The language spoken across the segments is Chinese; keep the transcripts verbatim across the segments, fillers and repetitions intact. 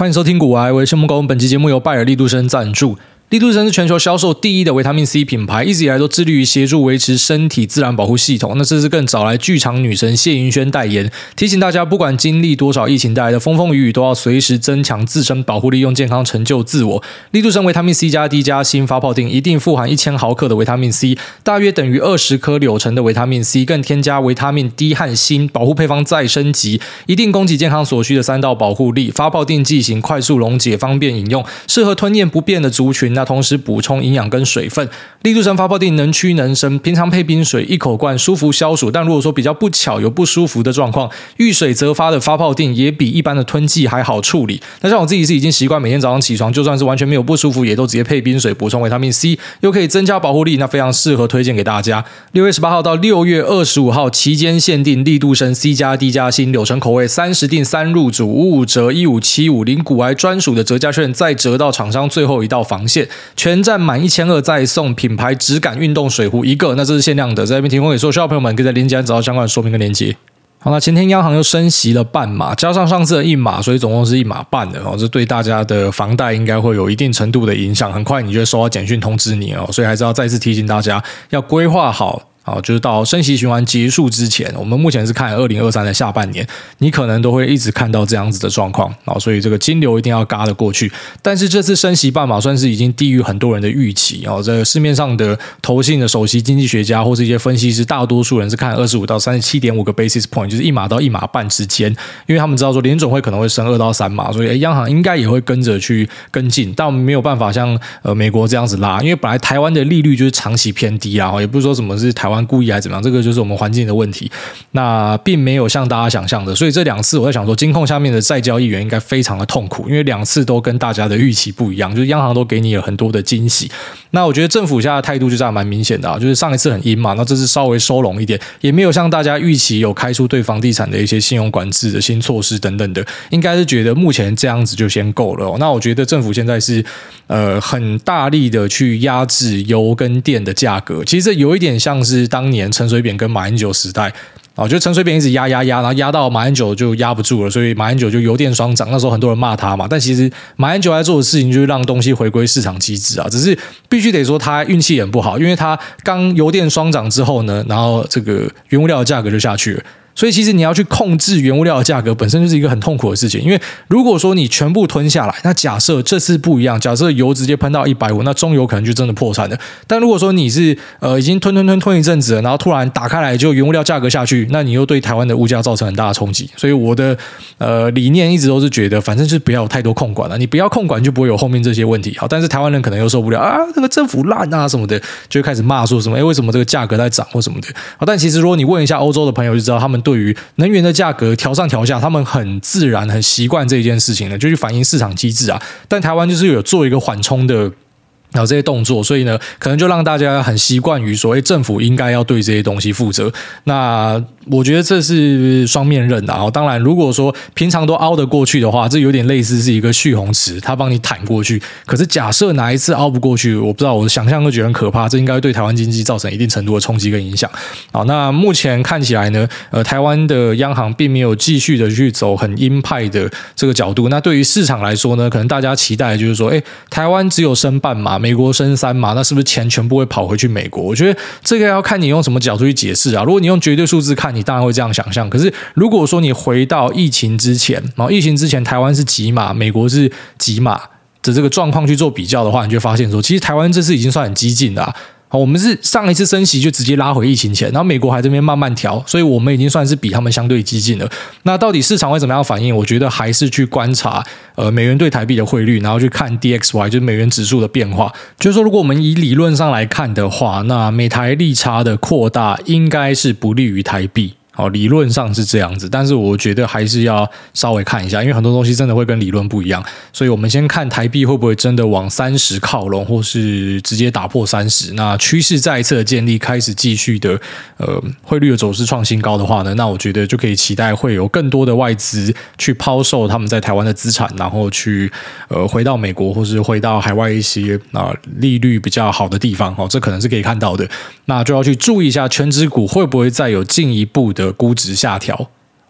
欢迎收听股癌，我是申木工。本期节目由拜耳利度生赞助。利度生是全球销售第一的维他命 C 品牌，一直以来都致力于协助维持身体自然保护系统。那这次更找来剧场女神谢盈萱代言，提醒大家，不管经历多少疫情带来的风风雨雨，都要随时增强自身保护力，用健康成就自我。利度生维他命 C 加 D 加锌发泡锭，一定富含一千毫克的维他命 C， 大约等于二十颗柳橙的维他命 C， 更添加维他命 D 和锌，保护配方再升级，一定供给健康所需的三道保护力。发泡锭剂型，快速溶解，方便饮用，适合吞咽不便的族群。那同时补充营养跟水分。利度生发泡锭能屈能伸，平常配冰水一口灌，舒服消暑。但如果说比较不巧有不舒服的状况，遇水则发的发泡锭也比一般的吞剂还好处理。那像我自己是已经习惯每天早上起床，就算是完全没有不舒服，也都直接配冰水补充维他命 C， 又可以增加保护力，那非常适合推荐给大家。六月十八号到六月二十五号期间限定利度生 C 加 D 加锌柳橙口味三十锭三入组五五折一五七五，零股癌专属的折价券，再折到厂商最后一道防线。全站满一千二再送品牌质感运动水壶一个，那这是限量的，在这边提供给所有需要的朋友们，可以在链接找到相关的说明跟链接。好，那前天央行又升息了半码，加上上次的一码，所以总共是一码半的哦。这对大家的房贷应该会有一定程度的影响，很快你就会收到简讯通知你哦。所以还是要再次提醒大家，要规划好。好，就是到升息循环结束之前，我们目前是看二零二三的下半年，你可能都会一直看到这样子的状况，所以这个金流一定要嘎得过去。但是这次升息半码算是已经低于很多人的预期，这个市面上的投信的首席经济学家或是一些分析师，大多数人是看二十五到三十七点五个 basis point， 就是一码到一码半之间，因为他们知道说联准会可能会升二到三码，所以央行应该也会跟着去跟进，但我们没有办法像呃美国这样子拉，因为本来台湾的利率就是长期偏低啊，也不是说什么是台湾故意还是怎么样，这个就是我们环境的问题，那并没有像大家想象的，所以这两次我在想说，金控下面的再交易员应该非常的痛苦，因为两次都跟大家的预期不一样，就是央行都给你了很多的惊喜。那我觉得政府现在的态度就这样蛮明显的啊，就是上一次很阴嘛，那这次稍微收拢一点，也没有像大家预期有开出对房地产的一些信用管制的新措施等等的，应该是觉得目前这样子就先够了哦。那我觉得政府现在是呃很大力的去压制油跟电的价格，其实这有一点像是当年陈水扁跟马英九时代。哦，就陈水扁一直压压压，然后压到马英九就压不住了，所以马英九就油电双涨。那时候很多人骂他嘛，但其实马英九在做的事情就是让东西回归市场机制啊。只是必须得说他运气很不好，因为他刚油电双涨之后呢，然后这个原物料的价格就下去了。所以其实你要去控制原物料的价格本身就是一个很痛苦的事情，因为如果说你全部吞下来，那假设这次不一样，假设油直接喷到一百五，那中油可能就真的破产了。但如果说你是呃已经吞吞吞吞一阵子了，然后突然打开来就原物料价格下去，那你又对台湾的物价造成很大的冲击。所以我的呃理念一直都是觉得，反正就是不要有太多控管了，你不要控管就不会有后面这些问题。好，但是台湾人可能又受不了啊，这个政府烂啊什么的，就会开始骂说什么，哎，为什么这个价格在涨或什么的。好，但其实如果你问一下欧洲的朋友就知道，他们对于能源的价格调上调下，他们很自然很习惯这一件事情了，就去反映市场机制啊。但台湾就是有做一个缓冲的然后这些动作，所以呢，可能就让大家很习惯于说，哎，政府应该要对这些东西负责。那我觉得这是双面刃的啊。当然，如果说平常都凹得过去的话，这有点类似是一个蓄洪池，它帮你弹过去。可是假设哪一次凹不过去，我不知道，我想象都觉得很可怕，这应该对台湾经济造成一定程度的冲击跟影响。好，那目前看起来呢，呃，台湾的央行并没有继续的去走很鹰派的这个角度。那对于市场来说呢，可能大家期待的就是说，哎，台湾只有升半码，美国升三码，那是不是钱全部会跑回去美国？我觉得这个要看你用什么角度去解释啊。如果你用绝对数字看，你当然会这样想象。可是如果说你回到疫情之前，然后疫情之前台湾是几码，美国是几码的这个状况去做比较的话，你就会发现说，其实台湾这次已经算很激进的啊。我们是上一次升息就直接拉回疫情前，然后美国还在这边慢慢调，所以我们已经算是比他们相对激进了。那到底市场会怎么样反应？我觉得还是去观察呃美元对台币的汇率，然后去看 D X Y 就是美元指数的变化。就是说，如果我们以理论上来看的话，那美台利差的扩大应该是不利于台币。好，理论上是这样子，但是我觉得还是要稍微看一下，因为很多东西真的会跟理论不一样，所以我们先看台币会不会真的往三十靠拢，或是直接打破三十。那趋势再一次的建立，开始继续的呃汇率的走势创新高的话呢，那我觉得就可以期待会有更多的外资去抛售他们在台湾的资产，然后去呃回到美国或是回到海外一些啊、呃、利率比较好的地方。哦，这可能是可以看到的。那就要去注意一下全指股会不会再有进一步的估值下调。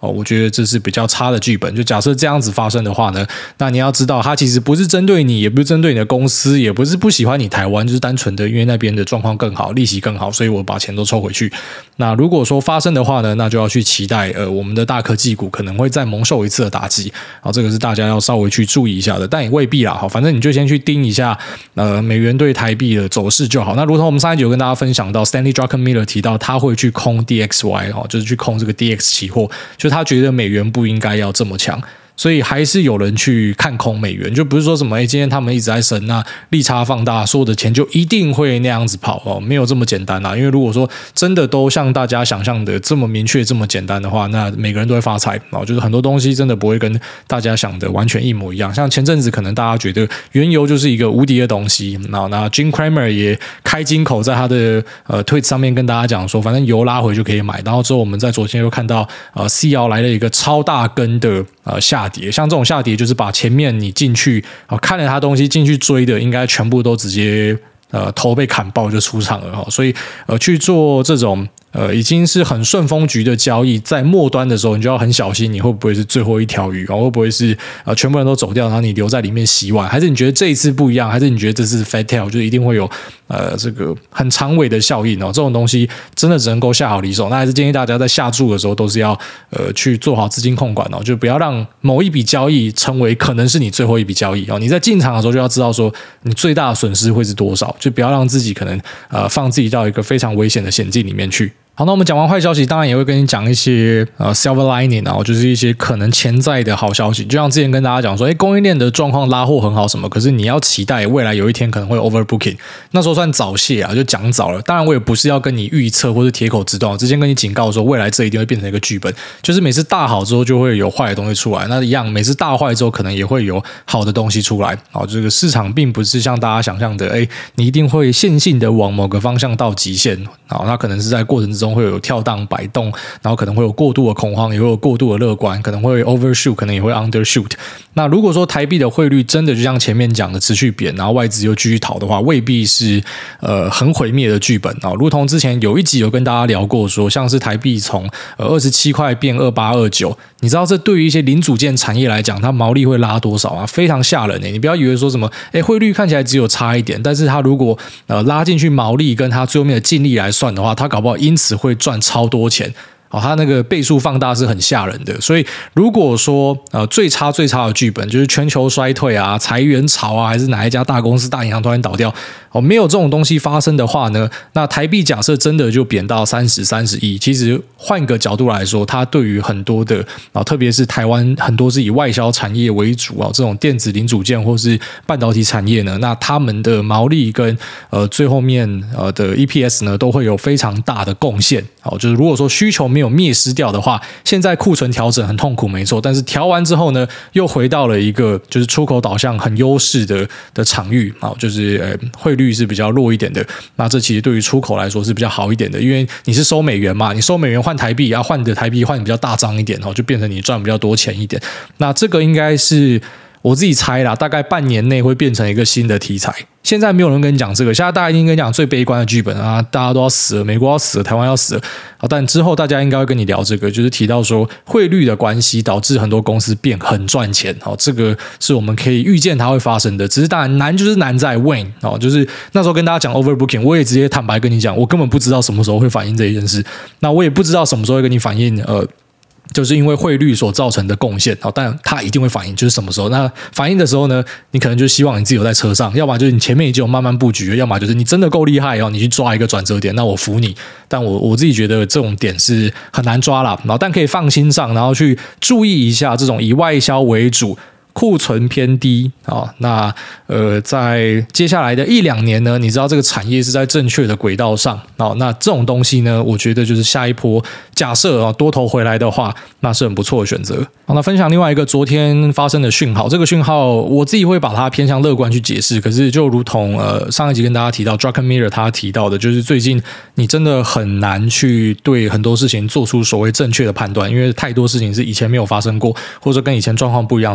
哦，我觉得这是比较差的剧本。就假设这样子发生的话呢，那你要知道，它其实不是针对你，也不是针对你的公司，也不是不喜欢你台湾，就是单纯的因为那边的状况更好，利息更好，所以我把钱都抽回去。那如果说发生的话呢，那就要去期待，呃，我们的大科技股可能会再蒙受一次的打击。好，这个是大家要稍微去注意一下的，但也未必啦。好，反正你就先去盯一下，呃，美元对台币的走势就好。那如同我们上一集有跟大家分享到 ，Stanley Druckenmiller 提到他会去空 D X Y， 哦，就是去空这个 D X 期货，就他觉得美元不应该要这么强。所以还是有人去看空美元，就不是说什么哎，今天他们一直在升，那利差放大，所有的钱就一定会那样子跑哦，没有这么简单啊。因为如果说真的都像大家想象的这么明确、这么简单的话，那每个人都会发财哦。就是很多东西真的不会跟大家想的完全一模一样。像前阵子可能大家觉得原油就是一个无敌的东西，那那 Jim Cramer 也开金口在他的呃 tweet 上面跟大家讲说，反正油拉回就可以买。然后之后我们在昨天又看到呃 C 摇来了一个超大根的呃下跌，像这种下跌就是把前面你进去、呃、看了他东西进去追的，应该全部都直接呃头被砍爆就出场了哈。所以呃去做这种呃已经是很顺风局的交易，在末端的时候你就要很小心，你会不会是最后一条鱼啊？会不会是呃全部人都走掉，然后你留在里面洗碗？还是你觉得这一次不一样？还是你觉得这是 fat tail， 就一定会有呃这个很长尾的效应哦？这种东西真的只能够下好离手。那还是建议大家在下注的时候都是要呃去做好资金控管哦，就不要让某一笔交易成为可能是你最后一笔交易哦。你在进场的时候就要知道说你最大的损失会是多少，就不要让自己可能呃放自己到一个非常危险的险境里面去。好，那我们讲完坏消息，当然也会跟你讲一些呃 silver lining 啊，就是一些可能潜在的好消息。就像之前跟大家讲说，哎，供应链的状况拉货很好什么，可是你要期待未来有一天可能会 overbooking， 那时候算早泄啊，就讲早了。当然我也不是要跟你预测或是铁口直断，我之前跟你警告说未来这一定会变成一个剧本，就是每次大好之后就会有坏的东西出来，那一样每次大坏之后可能也会有好的东西出来。好，这个市场并不是像大家想象的，哎，你一定会线性的往某个方向到极限，好，它可能是在过程之中会有跳荡摆动，然后可能会有过度的恐慌，也会有过度的乐观，可能会 overshoot， 可能也会 undershoot。那如果说台币的汇率真的就像前面讲的持续贬，然后外资又继续逃的话，未必是呃很毁灭的剧本啊。如同之前有一集有跟大家聊过说，像是台币从呃二十七块变二八二九，你知道这对于一些零组件产业来讲，它毛利会拉多少啊？非常吓人诶、欸！你不要以为说什么，哎，汇率看起来只有差一点，但是它如果呃拉进去毛利跟它最后面的净利来算的话，它搞不好因此会赚超多钱。哦，它那个倍数放大是很吓人的，所以如果说呃最差最差的剧本就是全球衰退啊、裁员潮啊，还是哪一家大公司、大银行突然倒掉，哦，没有这种东西发生的话呢，那台币假设真的就贬到三十、三十一，其实换个角度来说，它对于很多的啊，特别是台湾很多是以外销产业为主啊，这种电子零组件或是半导体产业呢，那他们的毛利跟呃最后面呃的 E P S 呢，都会有非常大的贡献。好，就是如果说需求没有灭失掉的话，现在库存调整很痛苦没错，但是调完之后呢，又回到了一个就是出口导向很优势的的场域。好，就是呃汇率是比较弱一点的，那这其实对于出口来说是比较好一点的，因为你是收美元嘛，你收美元换台币，要换的台币换比较大张一点，就变成你赚比较多钱一点。那这个应该是我自己猜啦，大概半年内会变成一个新的题材。现在没有人跟你讲这个，现在大家一定跟你讲最悲观的剧本啊，大家都要死了，美国要死了，台湾要死了。好，但之后大家应该会跟你聊这个，就是提到说汇率的关系导致很多公司变很赚钱。好，这个是我们可以预见它会发生的，只是当然难就是难在 when。好，就是那时候跟大家讲 overbooking， 我也直接坦白跟你讲，我根本不知道什么时候会反映这一件事，那我也不知道什么时候会跟你反映呃。就是因为汇率所造成的贡献，但它一定会反应，就是什么时候？那反应的时候呢，你可能就希望你自己有在车上，要么就是你前面已经有慢慢布局，要么就是你真的够厉害哦，你去抓一个转折点，那我服你。但我我自己觉得这种点是很难抓啦，然后但可以放心上，然后去注意一下这种以外销为主。库存偏低啊，那呃，在接下来的一两年呢，你知道这个产业是在正确的轨道上啊，那这种东西呢，我觉得就是下一波假设啊多头回来的话，那是很不错的选择。好，那分享另外一个昨天发生的讯号，这个讯号我自己会把它偏向乐观去解释，可是就如同呃上一集跟大家提到 Druckenmiller 他提到的，就是最近你真的很难去对很多事情做出所谓正确的判断，因为太多事情是以前没有发生过，或者跟以前状况不一样，所以这真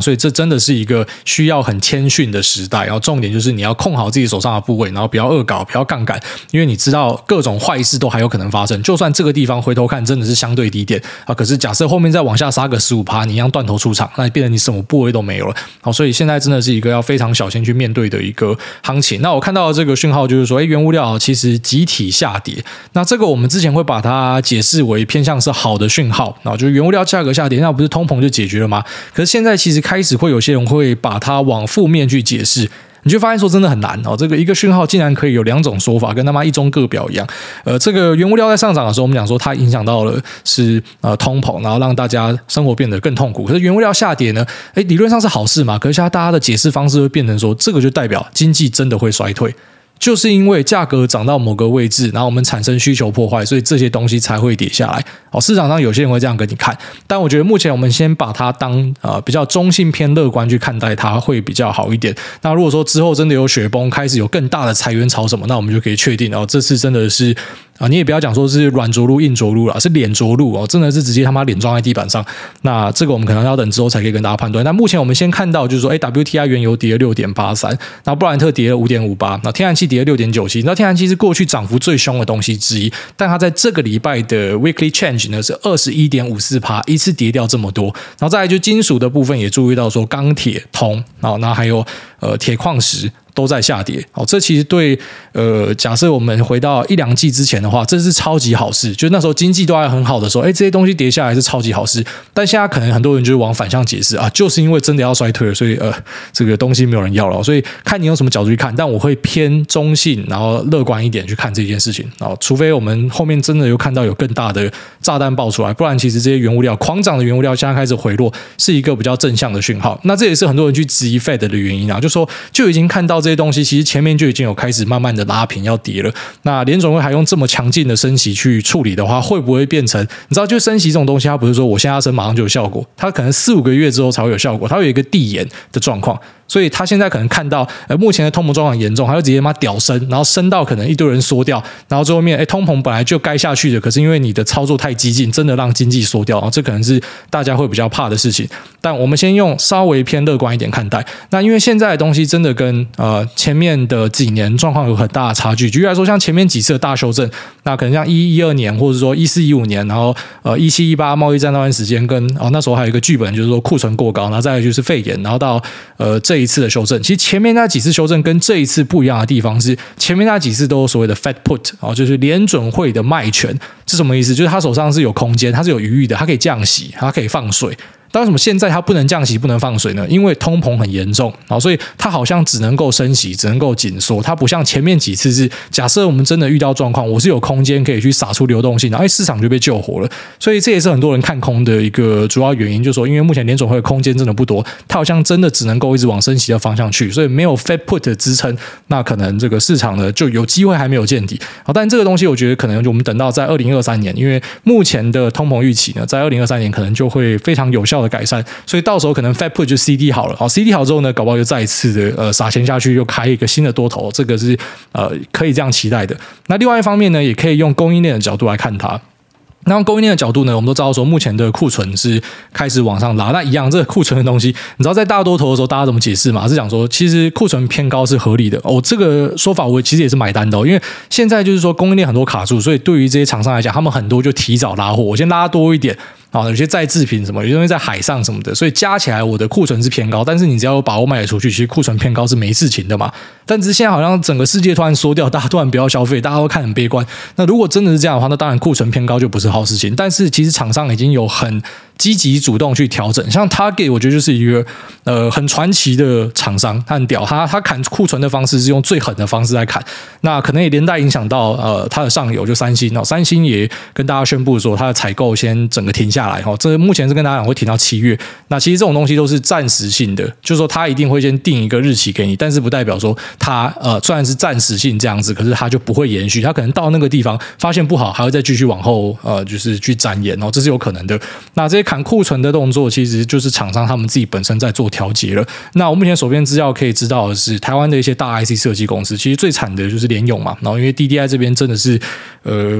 真的是一个需要很谦逊的时代，然后重点就是你要控好自己手上的部位，然后不要恶搞，不要杠杆，因为你知道各种坏事都还有可能发生。就算这个地方回头看真的是相对低点啊，可是假设后面再往下杀个 百分之十五， 你一样断头出场，那变成你什么部位都没有了。好，所以现在真的是一个要非常小心去面对的一个行情。那我看到的这个讯号就是说，哎，原物料其实集体下跌。那这个我们之前会把它解释为偏向是好的讯号，然后就是原物料价格下跌，那不是通膨就解决了吗？可是现在其实开始会有些人会把它往负面去解释。你就发现说真的很难哦，这个一个讯号竟然可以有两种说法，跟他妈一中各表一样。呃，这个原物料在上涨的时候，我们讲说它影响到了是呃通膨，然后让大家生活变得更痛苦。可是原物料下跌呢，哎，理论上是好事嘛，可是现在大家的解释方式会变成说，这个就代表经济真的会衰退。就是因为价格涨到某个位置，然后我们产生需求破坏，所以这些东西才会跌下来。哦，市场上有些人会这样跟你看，但我觉得目前我们先把它当呃比较中性偏乐观去看待它会比较好一点。那如果说之后真的有雪崩，开始有更大的裁员潮什么，那我们就可以确定哦，这次真的是啊，你也不要讲说是软着陆硬着陆啦，是脸着陆哦，真的是直接他妈脸撞在地板上。那这个我们可能要等之后才可以跟大家判断。但目前我们先看到就是说，哎 ，W T I 原油跌了 六点八三， 然后布兰特跌了 五点五八， 那天然气跌了 六点九七。你知道天然气是过去涨幅最凶的东西之一，但它在这个礼拜的 weekly change 呢是 百分之二十一点五四， 一次跌掉这么多。然后再来就金属的部分也注意到说钢铁、铜，然后还有呃铁矿石都在下跌。哦，这其实对呃，假设我们回到一两季之前的话，这是超级好事。就那时候经济都还很好的时候，哎，这些东西跌下来是超级好事。但现在可能很多人就是往反向解释啊，就是因为真的要衰退了，所以呃，这个东西没有人要了。所以看你用什么角度去看，但我会偏中性，然后乐观一点去看这件事情。哦，除非我们后面真的有看到有更大的炸弹爆出来，不然其实这些原物料狂涨的原物料现在开始回落，是一个比较正向的讯号。那这也是很多人去质疑 Fed 的原因啊，就说就已经看到这些东西其实前面就已经有开始慢慢的拉平要跌了，那联总会还用这么强劲的升息去处理的话，会不会变成你知道就升息这种东西，它不是说我现在要升马上就有效果，它可能四五个月之后才会有效果，它会有一个递延的状况。所以他现在可能看到呃目前的通膨状况严重，他就直接妈屌升，然后升到可能一堆人缩掉，然后最后面哎通膨本来就该下去的，可是因为你的操作太激进，真的让经济缩掉，然后这可能是大家会比较怕的事情。但我们先用稍微偏乐观一点看待。那因为现在的东西真的跟呃前面的几年状况有很大的差距。举例来说，像前面几次的大修正，那可能像一一二年或者说一四一五年，然后呃一七一八贸易战那段时间跟哦那时候还有一个剧本就是说库存过高，然后再来就是肺炎，然后到呃这一次的修正，其实前面那几次修正跟这一次不一样的地方是，前面那几次都有所谓的 Fed put， 哦，就是联准会的卖权，是什么意思？就是他手上是有空间，他是有余裕的，他可以降息，他可以放水。但为什么现在它不能降息不能放水呢？因为通膨很严重，所以它好像只能够升息，只能够紧缩，它不像前面几次是假设我们真的遇到状况，我是有空间可以去撒出流动性，然后市场就被救活了。所以这也是很多人看空的一个主要原因，就是说因为目前联总会的空间真的不多，它好像真的只能够一直往升息的方向去，所以没有 Fed put 的支撑，那可能这个市场呢就有机会还没有见底。好，但这个东西我觉得可能我们等到在二零二三年，因为目前的通膨预期呢，在二零二三年可能就会非常有效的改善，所以到时候可能 Fed put 就 C D 好了，好 C D 好之后呢，搞不好就再一次的呃撒钱下去，又开一个新的多头，这个是呃可以这样期待的。那另外一方面呢，也可以用供应链的角度来看它。那用供应链的角度呢，我们都知道说目前的库存是开始往上拉，那一样这个库存的东西，你知道在大多头的时候大家怎么解释吗？是讲说其实库存偏高是合理的哦，这个说法我其实也是买单的哦，因为现在就是说供应链很多卡住，所以对于这些厂商来讲，他们很多就提早拉货，我先拉多一点。啊，有些再制品什么，有些东西在海上什么的，所以加起来我的库存是偏高，但是你只要有把握卖得出去，其实库存偏高是没事情的嘛。但只是现在好像整个世界突然缩掉，大家突然不要消费，大家都看很悲观。那如果真的是这样的话，那当然库存偏高就不是好事情。但是其实厂商已经有很积极主动去调整，像 Target 我觉得就是一个呃很传奇的厂商，他很屌，他他砍库存的方式是用最狠的方式来砍，那可能也连带影响到呃他的上游就三星哦，三星也跟大家宣布说他的采购先整个停下来哦，这目前是跟大家讲会停到七月。那其实这种东西都是暂时性的，就是说他一定会先定一个日期给你，但是不代表说他呃虽然是暂时性这样子，可是他就不会延续，他可能到那个地方发现不好，还会再继续往后呃就是去展延哦，这是有可能的。那这些砍库存的动作其实就是厂商他们自己本身在做调节了。那我目前手边资料可以知道的是，台湾的一些大 I C 设计公司其实最惨的就是联咏嘛，然后因为 D D I 这边真的是呃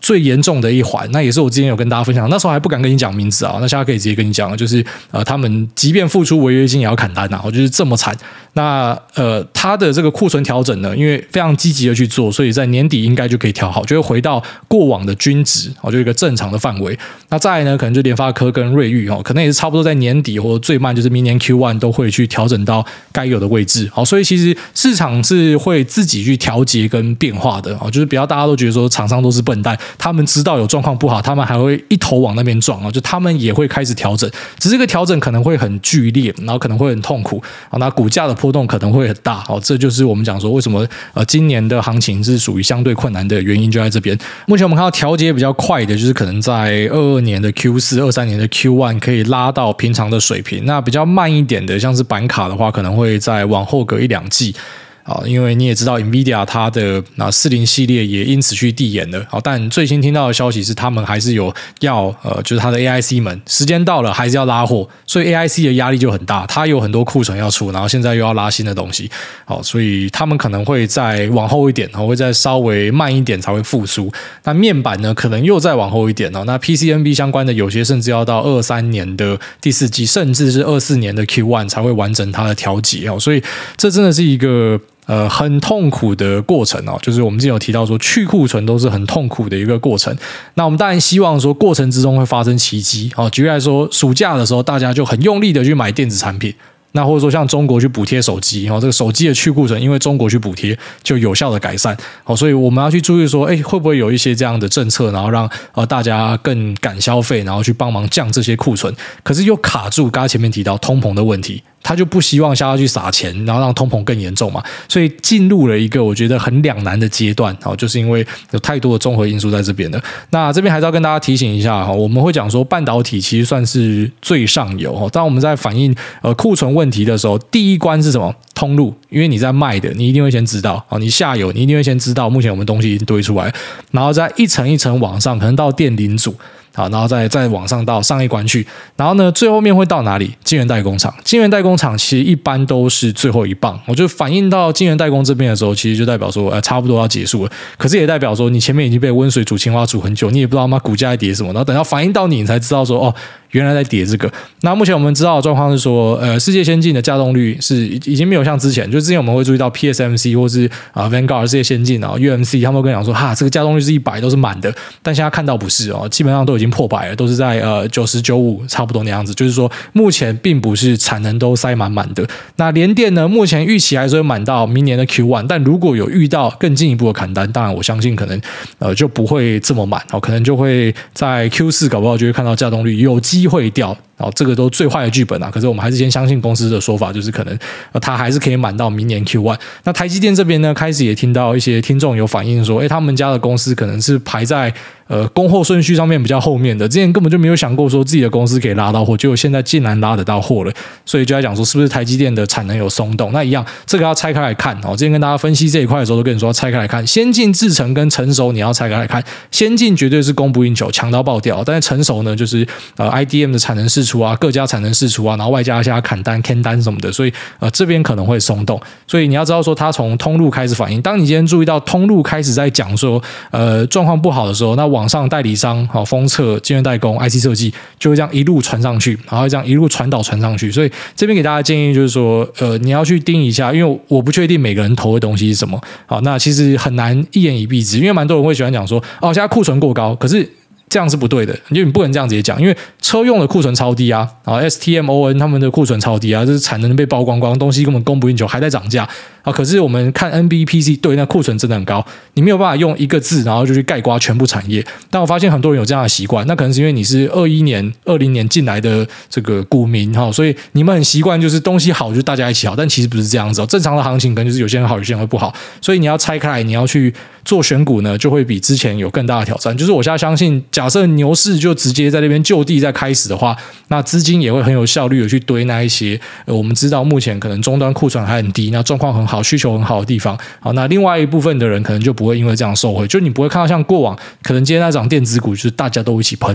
最严重的一环，那也是我之前有跟大家分享，那时候还不敢跟你讲名字啊，那现在可以直接跟你讲，就是呃，他们即便付出违约金也要砍单啊，就是这么惨。那呃，它的这个库存调整呢，因为非常积极的去做，所以在年底应该就可以调好，就会回到过往的均值哦，就一个正常的范围。那再来呢，可能就联发科跟瑞昱哦，可能也是差不多在年底或者最慢就是明年 Q 一 都会去调整到该有的位置。好，所以其实市场是会自己去调节跟变化的哦，就是不要大家都觉得说厂商都是笨蛋，他们知道有状况不好，他们还会一头往那边撞哦，就他们也会开始调整，只是这个调整可能会很剧烈，然后可能会很痛苦啊，那股价的波动可能会很大哦，这就是我们讲说为什么呃今年的行情是属于相对困难的原因就在这边。目前我们看到调节比较快的，就是可能在二二年的 Q 四、二三年的 Q 一 可以拉到平常的水平，那比较慢一点的，像是板卡的话，可能会再往后隔一两季。啊，因为你也知道 Nvidia 它的啊四零系列也因此去递延了，好，但最新听到的消息是他们还是有要呃，就是它的 A I C 们时间到了还是要拉货，所以 A I C 的压力就很大，它有很多库存要出，然后现在又要拉新的东西，好，所以他们可能会再往后一点，会再稍微慢一点才会复苏。那面板呢，可能又再往后一点哦，那 P C N B 相关的有些甚至要到二三年的第四季，甚至是二四年的 Q 一 才会完成它的调节哦，所以这真的是一个。呃，很痛苦的过程哦，就是我们之前有提到说去库存都是很痛苦的一个过程。那我们当然希望说过程之中会发生奇迹哦。举例来说，暑假的时候大家就很用力的去买电子产品。那或者说像中国去补贴手机，这个手机的去库存因为中国去补贴就有效的改善，所以我们要去注意说，哎，会不会有一些这样的政策，然后让呃大家更敢消费，然后去帮忙降这些库存，可是又卡住刚才前面提到通膨的问题，他就不希望下去撒钱，然后让通膨更严重嘛，所以进入了一个我觉得很两难的阶段，就是因为有太多的综合因素在这边了。那这边还是要跟大家提醒一下，我们会讲说半导体其实算是最上游，当我们在反映呃库存问题的时候，第一关是什么？通路，因为你在卖的，你一定会先知道，你下游你一定会先知道目前我们东西已经堆出来，然后再一层一层往上，可能到店领主。好，然后再再往上到上一关去，然后呢，最后面会到哪里？晶圆代工厂。晶圆代工厂其实一般都是最后一棒，我就反映到晶圆代工这边的时候，其实就代表说，呃，差不多要结束了。可是也代表说，你前面已经被温水煮青蛙煮很久，你也不知道嘛股价在跌什么，然后等到反映到你，你才知道说，哦，原来在跌这个。那目前我们知道的状况是说，呃，世界先进的稼动率是已经没有像之前，就之前我们会注意到 P S M C 或是啊 Vanguard 世界先进啊 U M C， 他们都跟你讲说，哈，这个稼动率是一百都是满的，但现在看到不是哦，基本上都已经破百了，都是在呃九十九五差不多那样子，就是说目前并不是产能都塞满满的。那联电呢，目前预期还是会满到明年的 Q 一， 但如果有遇到更进一步的砍单，当然我相信可能呃就不会这么满哦，可能就会在 Q 四搞不好就会看到稼动率有机会掉。哦，这个都最坏的剧本啊！可是我们还是先相信公司的说法，就是可能呃它还是可以满到明年 Q 一。那台积电这边呢，开始也听到一些听众有反映说，哎，他们家的公司可能是排在呃供货顺序上面比较后面的，之前根本就没有想过说自己的公司可以拉到货，结果现在竟然拉得到货了，所以就在讲说是不是台积电的产能有松动？那一样，这个要拆开来看哦。之前跟大家分析这一块的时候，都跟你说要拆开来看，先进制程跟成熟你要拆开来看，先进绝对是供不应求，强到爆掉，但是成熟呢，就是呃 I D M 的产能释出啊，各家产能释出啊，然后外加一下砍单、K 单什么的，所以呃这边可能会松动。所以你要知道说，它从通路开始反应。当你今天注意到通路开始在讲说，呃状况不好的时候，那网上代理商、好封测、晶圆代工、I C 设计就会这样一路传上去，然后这样一路传导传上去。所以这边给大家建议就是说，呃你要去盯一下，因为我不确定每个人投的东西是什么。好，那其实很难一言以蔽之，因为蛮多人会喜欢讲说，哦现在库存过高，可是这样是不对的，因为你不能这样直接讲，因为车用的库存超低啊，啊 S T M O N 他们的库存超低啊，就是产能被曝光光，东西根本供不应求，还在涨价啊。可是我们看 N B P C， 对，那库存真的很高，你没有办法用一个字然后就去概括全部产业。但我发现很多人有这样的习惯，那可能是因为你是二一年、二零年进来的这个股民哈，所以你们很习惯就是东西好就大家一起好，但其实不是这样子哦。正常的行情可能就是有些人好，有些人会不好，所以你要拆开来，你要去做选股呢，就会比之前有更大的挑战。就是我现在相信，假设牛市就直接在那边就地再开始的话，那资金也会很有效率的去堆那一些、呃、我们知道目前可能终端库存还很低，那状况很好、需求很好的地方。好，那另外一部分的人可能就不会因为这样受惠，就你不会看到像过往可能今天那涨电子股就是大家都一起喷。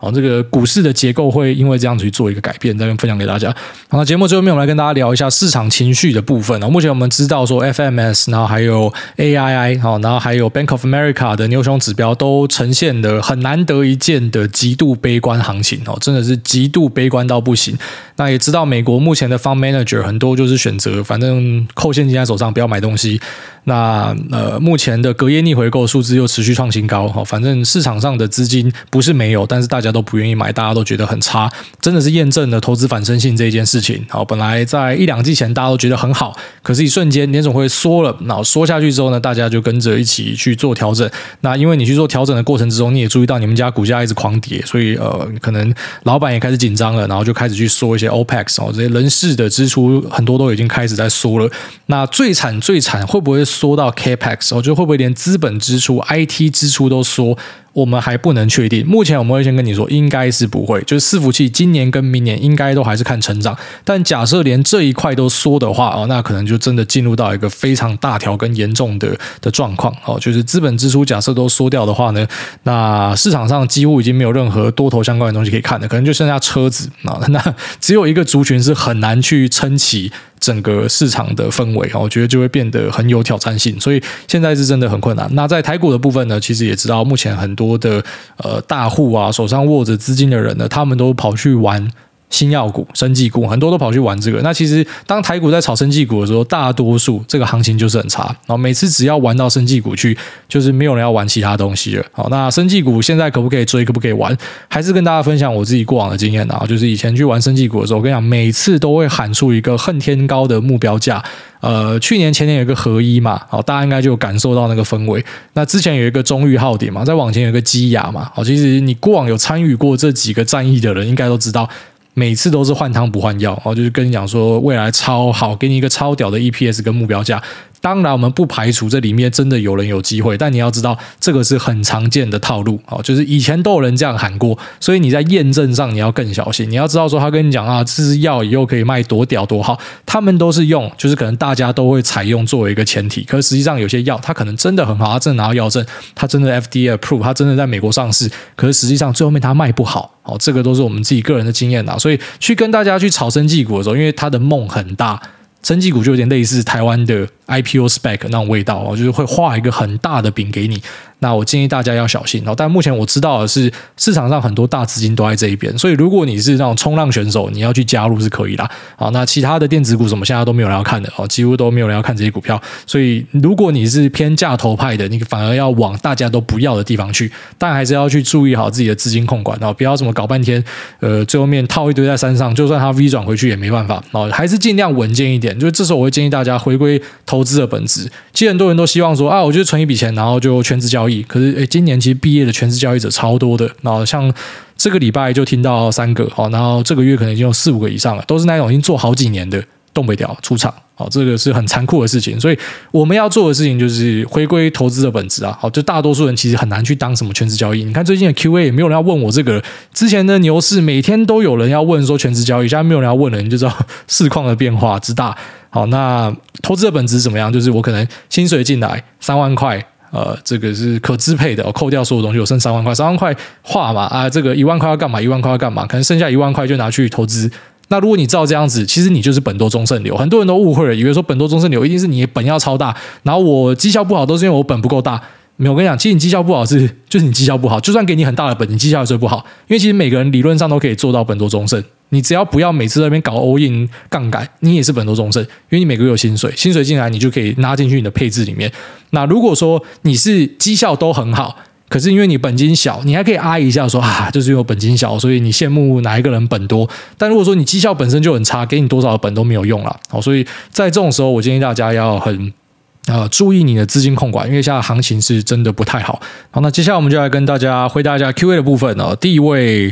哦，这个股市的结构会因为这样子去做一个改变，再分享给大家。好，那节目最后面我们来跟大家聊一下市场情绪的部分。目前我们知道说 F M S， 然后还有 A I I， 然后还有 Bank of America 的牛熊指标都呈现了很难得一见的极度悲观行情，真的是极度悲观到不行。那也知道美国目前的 Fund Manager 很多就是选择反正扣现金在手上，不要买东西。那呃，目前的隔夜逆回购数字又持续创新高，反正市场上的资金不是没有，但是大家都不愿意买，大家都觉得很差，真的是验证了投资反身性这件事情。好，本来在一两季前大家都觉得很好，可是一瞬间联总会缩了，然后缩下去之后呢，大家就跟着一起去做调整。那因为你去做调整的过程之中，你也注意到你们家股价一直狂跌，所以呃，可能老板也开始紧张了，然后就开始去缩一些 O P E X 哦，这些人事的支出很多都已经开始在缩了。那最惨最惨会不会缩到 Capex， 我觉得会不会连资本支出 I T 支出都缩，我们还不能确定。目前我们会先跟你说应该是不会，就是伺服器今年跟明年应该都还是看成长，但假设连这一块都缩的话，哦，那可能就真的进入到一个非常大条跟严重的的状况，哦，就是资本支出假设都缩掉的话呢，那市场上几乎已经没有任何多头相关的东西可以看了，可能就剩下车子，那只有一个族群是很难去撑起整个市场的氛围，我觉得就会变得很有挑战性，所以现在是真的很困难。那在台股的部分呢，其实也知道目前很多的呃大户啊，手上握着资金的人呢，他们都跑去玩新药股、生技股，很多都跑去玩这个。那其实当台股在炒生技股的时候，大多数这个行情就是很差。然后每次只要玩到生技股去，就是没有人要玩其他东西了。好，那生技股现在可不可以追，可不可以玩？还是跟大家分享我自己过往的经验啊，就是以前去玩生技股的时候，我跟你讲，每次都会喊出一个恨天高的目标价。呃，去年前年有一个合一嘛，好，大家应该就有感受到那个氛围。那之前有一个中裕浩典嘛，再往前有一个基亚嘛，好，其实你过往有参与过这几个战役的人，应该都知道。每次都是换汤不换药，就是跟你讲说未来超好，给你一个超屌的 E P S 跟目标价。当然我们不排除这里面真的有人有机会，但你要知道这个是很常见的套路，就是以前都有人这样喊过，所以你在验证上你要更小心。你要知道说他跟你讲啊，这支药以后可以卖多屌多好，他们都是用就是可能大家都会采用作为一个前提，可是实际上有些药它可能真的很好，它真的拿到药证，它真的 F D A approve， 它真的在美国上市，可是实际上最后面它卖不好。哦，这个都是我们自己个人的经验啊，所以去跟大家去炒生技股的时候，因为它的梦很大，生技股就有点类似台湾的 I P O spec 那种味道哦，就是会画一个很大的饼给你。那我建议大家要小心哦。但目前我知道的是，市场上很多大资金都在这一边，所以如果你是那种冲浪选手，你要去加入是可以啦。好，那其他的电子股什么现在都没有人要看的哦，几乎都没有人要看这些股票。所以如果你是偏价投派的，你反而要往大家都不要的地方去，但还是要去注意好自己的资金控管哦，不要什么搞半天，呃，最后面套一堆在山上，就算它 V 转回去也没办法哦，还是尽量稳健一点。就是这时候我会建议大家回归投资的本质。其实很多人都希望说啊，我就存一笔钱，然后就全职交易。可是，诶，今年其实毕业的全职交易者超多的，然后像这个礼拜就听到三个，然后这个月可能已经有四五个以上了，都是那种已经做好几年的，动不了出场。好，这个是很残酷的事情，所以我们要做的事情就是回归投资的本质啊。好，就大多数人其实很难去当什么全职交易。你看最近的 Q A 也没有人要问我这个，之前的牛市每天都有人要问说全职交易，现在没有人要问了，你就知道市况的变化之大。好，那投资的本质怎么样？就是我可能薪水进来三万块。呃，这个是可支配的，我扣掉所有东西，我剩三万块，三万块花嘛啊，这个一万块要干嘛？一万块要干嘛？可能剩下一万块就拿去投资。那如果你照这样子，其实你就是本多终胜流。很多人都误会了，以为说本多终胜流一定是你本要超大，然后我绩效不好都是因为我本不够大。没有，我跟你讲，其实你绩效不好是就是你绩效不好，就算给你很大的本，你绩效也是不好。因为其实每个人理论上都可以做到本多终胜，你只要不要每次在那边搞 all in 杠杆，你也是本多终胜。因为你每个月有薪水，薪水进来你就可以拿进去你的配置里面。那如果说你是绩效都很好，可是因为你本金小，你还可以哀一下说啊，就是因为我本金小，所以你羡慕哪一个人本多。但如果说你绩效本身就很差，给你多少的本都没有用啦。好，所以在这种时候，我建议大家要很呃，注意你的资金控管，因为现在行情是真的不太好。好，那接下来我们就来跟大家回答一下 Q A 的部分哦。第一位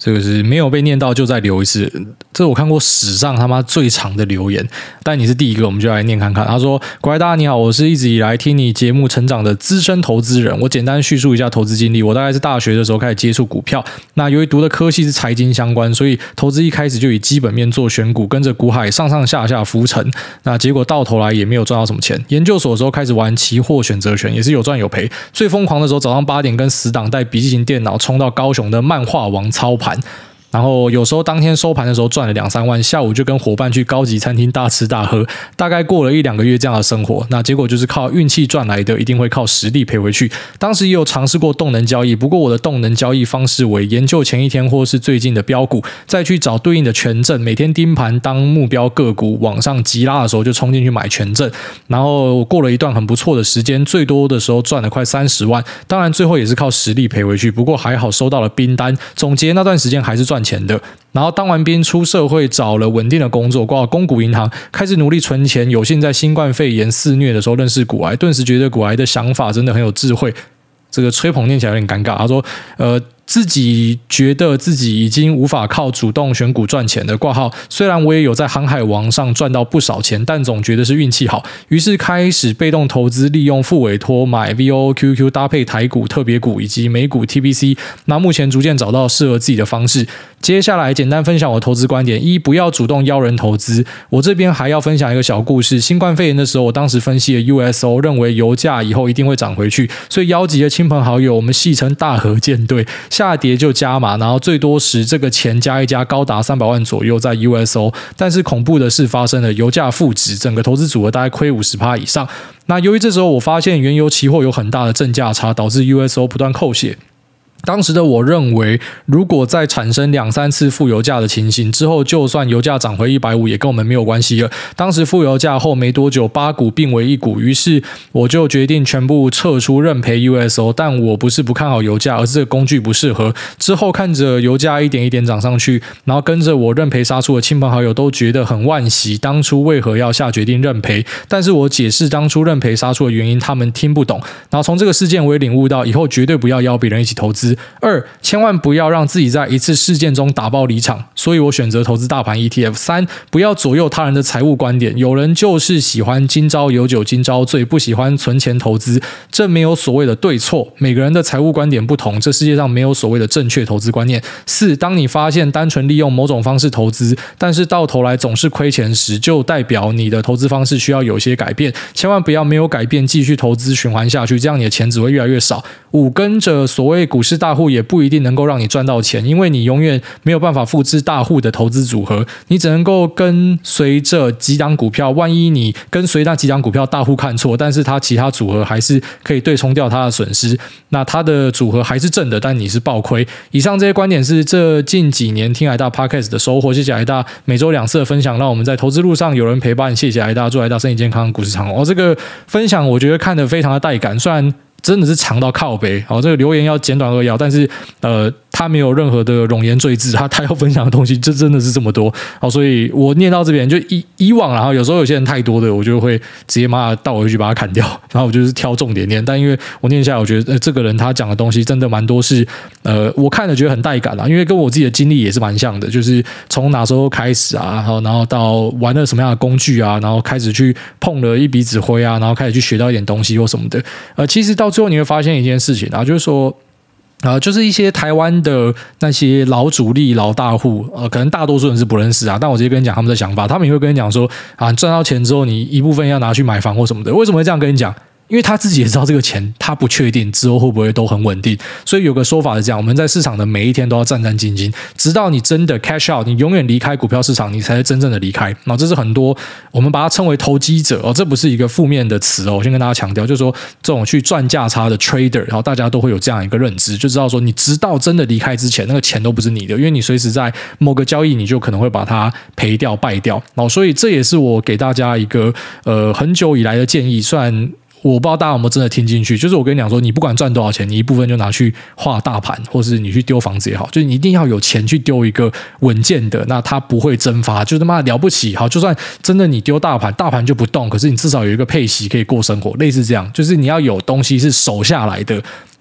这个是没有被念到就再留一次，这是我看过史上他妈最长的留言，但你是第一个，我们就来念看看。他说：乖大家你好，我是一直以来听你节目成长的资深投资人，我简单叙述一下投资经历。我大概是大学的时候开始接触股票，那由于读的科系是财经相关，所以投资一开始就以基本面做选股，跟着股海上上下下浮沉，那结果到头来也没有赚到什么钱。研究所的时候开始玩期货选择权，也是有赚有赔。最疯狂的时候早上八点跟死党带笔记型电脑冲到高雄的漫画王操盘，然后有时候当天收盘的时候赚了两三万，下午就跟伙伴去高级餐厅大吃大喝，大概过了一两个月这样的生活。那结果就是靠运气赚来的，一定会靠实力赔回去。当时也有尝试过动能交易，不过我的动能交易方式为研究前一天或是最近的标股，再去找对应的权证，每天盯盘当目标个股往上急拉的时候就冲进去买权证，然后过了一段很不错的时间，最多的时候赚了快三十万，当然最后也是靠实力赔回去，不过还好收到了兵单。总结那段时间还是赚钱的。然后当完兵出社会，找了稳定的工作，挂到公股银行，开始努力存钱。有幸在新冠肺炎肆虐的时候认识股癌，顿时觉得股癌的想法真的很有智慧。这个吹捧念起来有点尴尬。他说：呃。自己觉得自己已经无法靠主动选股赚钱的挂号，虽然我也有在航海王上赚到不少钱，但总觉得是运气好，于是开始被动投资，利用副委托买 V O O Q Q 搭配台股特别股以及美股 T B C。 那目前逐渐找到适合自己的方式。接下来简单分享我的投资观点：一、不要主动邀人投资。我这边还要分享一个小故事。新冠肺炎的时候，我当时分析了 U S O， 认为油价以后一定会涨回去，所以邀集了亲朋好友，我们戏称大河舰队，下跌就加码，然后最多时这个钱加一加高达三百万左右在 U S O。 但是恐怖的事发生了，油价负值，整个投资组合大概亏 百分之五十 以上。那由于这时候我发现原油期货有很大的正价差，导致 U S O 不断扣血。当时的我认为，如果再产生两三次负油价的情形之后，就算油价涨回一百五十也跟我们没有关系了。当时负油价后没多久，八股并为一股，于是我就决定全部撤出认赔 U S O。 但我不是不看好油价，而是这个工具不适合。之后看着油价一点一点涨上去，然后跟着我认赔杀出的亲朋好友都觉得很惋惜，当初为何要下决定认赔？但是我解释当初认赔杀出的原因，他们听不懂。然后从这个事件我也领悟到，以后绝对不要邀别人一起投资。二、千万不要让自己在一次事件中打爆离场，所以我选择投资大盘 E T F。 三、不要左右他人的财务观点，有人就是喜欢今朝有酒今朝醉，不喜欢存钱投资，这没有所谓的对错，每个人的财务观点不同，这世界上没有所谓的正确投资观念。四、当你发现单纯利用某种方式投资，但是到头来总是亏钱时，就代表你的投资方式需要有些改变，千万不要没有改变继续投资循环下去，这样你的钱只会越来越少。五、跟着所谓股市大户也不一定能够让你赚到钱，因为你永远没有办法复制大户的投资组合，你只能够跟随着几档股票，万一你跟随那几档股票大户看错，但是他其他组合还是可以对冲掉他的损失，那他的组合还是正的，但你是爆亏。以上这些观点是这近几年听癌大 Podcast 的收获，谢谢癌大每周两次的分享，让我们在投资路上有人陪伴，谢谢癌大，祝癌大身体健康，股市长红。哦，这个分享我觉得看得非常的带感，虽然真的是长到靠北，好，这个留言要简短扼要，但是呃，他没有任何的冗言赘字，他他要分享的东西就真的是这么多，好，所以我念到这边就以以往，然后有时候有些人太多的，我就会直接马上倒回去把它砍掉，然后我就是挑重点念，但因为我念下来，我觉得、呃、这个人他讲的东西真的蛮多是呃，我看了觉得很带感啦，因为跟我自己的经历也是蛮像的，就是从哪时候开始啊，然后然后到玩了什么样的工具啊，然后开始去碰了一笔指挥啊，然后开始去学到一点东西或什么的，呃，其实到最后你会发现一件事情啊，就是说，呃，就是一些台湾的那些老主力、老大户，呃，可能大多数人是不认识啊，但我直接跟你讲他们的想法，他们也会跟你讲说，啊，你赚到钱之后，你一部分要拿去买房或什么的，为什么会这样跟你讲？因为他自己也知道这个钱他不确定之后会不会都很稳定，所以有个说法是这样，我们在市场的每一天都要战战兢兢，直到你真的 cash out， 你永远离开股票市场，你才是真正的离开。然后这是很多我们把它称为投机者哦，这不是一个负面的词哦，我先跟大家强调，就是说这种去赚价差的 trader， 然后大家都会有这样一个认知，就知道说你直到真的离开之前，那个钱都不是你的，因为你随时在某个交易你就可能会把它赔掉败掉。然后所以这也是我给大家一个呃很久以来的建议，虽然我不知道大家有没有真的听进去，就是我跟你讲说，你不管赚多少钱，你一部分就拿去画大盘，或是你去丢房子也好，就是你一定要有钱去丢一个稳健的，那它不会蒸发，就他妈了不起。好，就算真的你丢大盘，大盘就不动，可是你至少有一个配息可以过生活，类似这样，就是你要有东西是守下来的。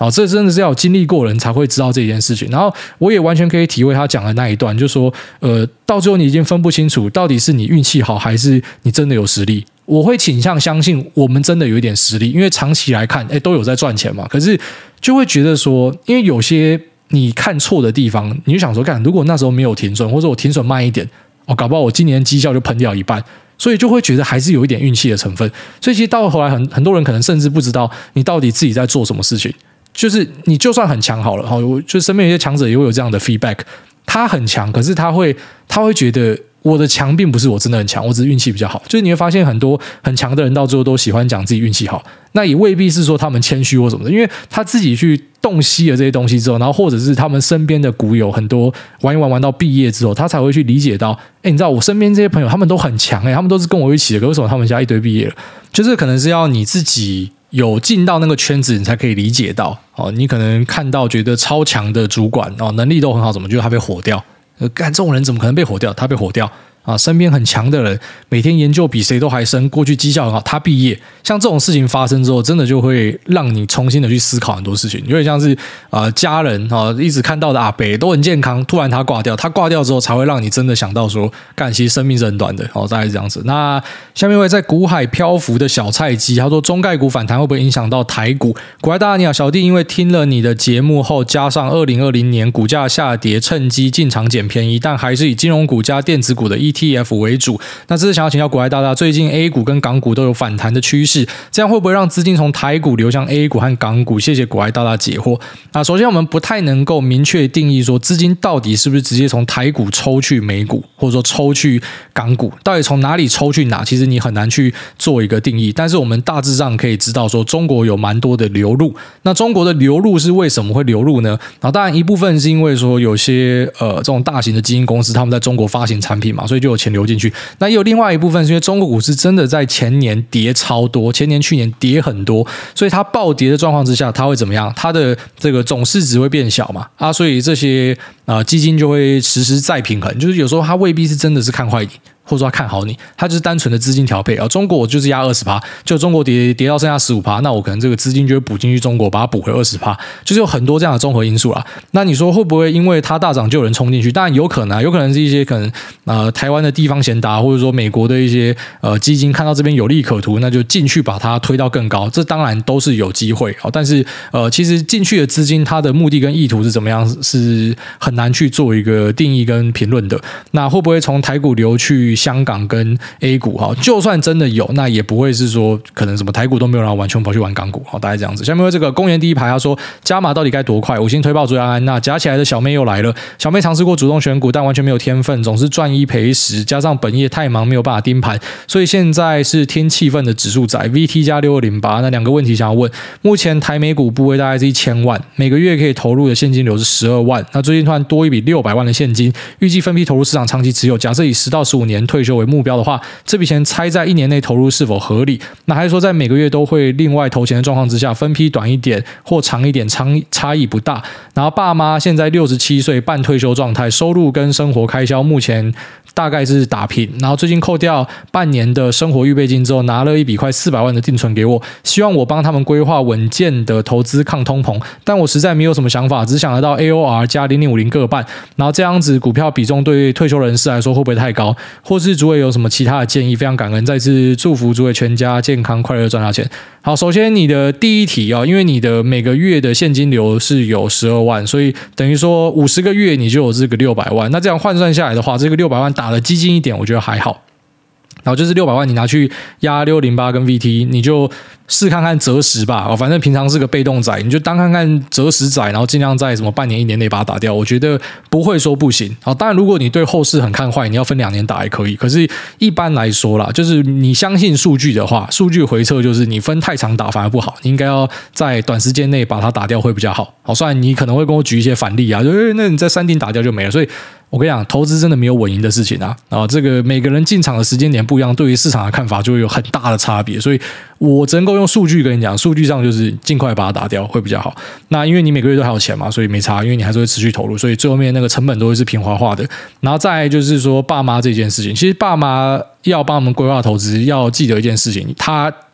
啊，这真的是要有经历过的人才会知道这件事情。然后我也完全可以体会他讲的那一段，就说呃，到最后你已经分不清楚到底是你运气好还是你真的有实力。我会倾向相信我们真的有一点实力，因为长期来看，哎，都有在赚钱嘛。可是就会觉得说，因为有些你看错的地方，你就想说，干，如果那时候没有停损，或者我停损慢一点，哦，搞不好我今年绩效就喷掉一半。所以就会觉得还是有一点运气的成分。所以其实到后来很很多人可能甚至不知道你到底自己在做什么事情。就是你就算很强好了，我就身边有些强者也会有这样的 feedback， 他很强，可是他会他会觉得我的强并不是我真的很强，我只是运气比较好。就是你会发现很多很强的人到最后都喜欢讲自己运气好，那也未必是说他们谦虚或什么的，因为他自己去洞悉了这些东西之后，然后或者是他们身边的股友很多玩一玩玩到毕业之后，他才会去理解到，哎，你知道我身边这些朋友他们都很强，哎，他们都是跟我一起的，可为什么他们家一堆毕业了？就是可能是要你自己有进到那个圈子，你才可以理解到哦。你可能看到觉得超强的主管哦，能力都很好，怎么觉得他被火掉？呃，干这种人怎么可能被火掉？他被火掉。啊，身边很强的人，每天研究比谁都还深，过去绩效很好，他毕业，像这种事情发生之后，真的就会让你重新的去思考很多事情，有点像是啊、呃、家人啊、哦、一直看到的阿伯都很健康，突然他挂掉，他挂掉之后才会让你真的想到说，干，其实生命是很短的，哦，大概是这样子。那下面一位在股海漂浮的小菜鸡，他说中概股反弹会不会影响到台股？股海大你好，小弟因为听了你的节目后，加上二零二零年股价下跌，趁机进场捡便宜，但还是以金融股加电子股的 E T F 为主。那这是想要请教股海大大，最近 A 股跟港股都有反弹的趋势，这样会不会让资金从台股流向 A 股和港股？谢谢股海大大解惑。那首先我们不太能够明确定义说资金到底是不是直接从台股抽去美股，或者说抽去港股，到底从哪里抽去哪，其实你很难去做一个定义。但是我们大致上可以知道说，中国有蛮多的流入。那中国的流入是为什么会流入呢？然后当然一部分是因为说有些呃这种大型的基金公司他们在中国发行产品嘛，所以就有钱流进去。那也有另外一部分是因为中国股市真的在前年跌超多，前年去年跌很多，所以它暴跌的状况之下，它会怎么样？它的这个总市值会变小嘛？啊，所以这些啊、呃、基金就会实时再平衡，就是有时候它未必是真的是看坏你。或者说他看好你，他就是单纯的资金调配啊。中国我就是压 百分之二十， 就中国跌跌到剩下 百分之十五， 那我可能这个资金就会补进去中国，把它补回 百分之二十， 就是有很多这样的综合因素啦。那你说会不会因为它大涨就有人冲进去？当然有可能啊，有可能是一些可能呃台湾的地方贤达，或者说美国的一些呃基金看到这边有利可图，那就进去把它推到更高，这当然都是有机会啊。但是呃其实进去的资金它的目的跟意图是怎么样，是很难去做一个定义跟评论的。那会不会从台股流去香港跟 A 股哈，就算真的有，那也不会是说可能什么台股都没有人完全跑去玩港股，好，大概这样子。下面这个公园第一排他说加码到底该多快？五星推爆追安安。那夹起来的小妹又来了，小妹尝试过主动选股，但完全没有天分，总是赚一赔十，加上本业太忙没有办法盯盘，所以现在是听气氛的指数仔 V T 加六二零八。那两个问题想要问，目前台美股部位大概是一千万，每个月可以投入的现金流是十二万，那最近突然多一笔六百万的现金，预计分批投入市场长期持有，假设以十到十五年退休为目标的话，这笔钱猜在一年内投入是否合理？那还是说在每个月都会另外投钱的状况之下，分批短一点或长一点，差异不大。然后爸妈现在六十七岁，半退休状态，收入跟生活开销目前大概是打平，然后最近扣掉半年的生活预备金之后，拿了一笔快四百万的定存给我，希望我帮他们规划稳健的投资抗通膨，但我实在没有什么想法，只想得到 A O R 加零点五零各半，然后这样子股票比重对退休人士来说会不会太高？或是主委有什么其他的建议？非常感恩，再次祝福主委全家健康快乐赚大钱。好，首先你的第一题啊，因为你的每个月的现金流是有十二万，所以等于说五十个月你就有这个六百万，那这样换算下来的话，这个六百万打得激进一点，我觉得还好。然后就是六百万你拿去压六零八跟 V T， 你就试看看择时吧，哦，反正平常是个被动仔，你就当看看择时仔，然后尽量在什么半年一年内把它打掉，我觉得不会说不行。好，当然如果你对后市很看坏，你要分两年打也可以，可是一般来说啦，就是你相信数据的话，数据回测就是你分太长打反而不好，你应该要在短时间内把它打掉会比较好。好，虽然你可能会跟我举一些反例啊，就那你在三定打掉就没了，所以我跟你讲，投资真的没有稳赢的事情啊！啊，这个每个人进场的时间点不一样，对于市场的看法就会有很大的差别。所以我只能够用数据跟你讲，数据上就是尽快把它打掉会比较好。那因为你每个月都还有钱嘛，所以没差，因为你还是会持续投入，所以最后面那个成本都会是平滑化的。然后再来就是说爸妈这件事情，其实爸妈要帮我们规划投资，要记得一件事情，他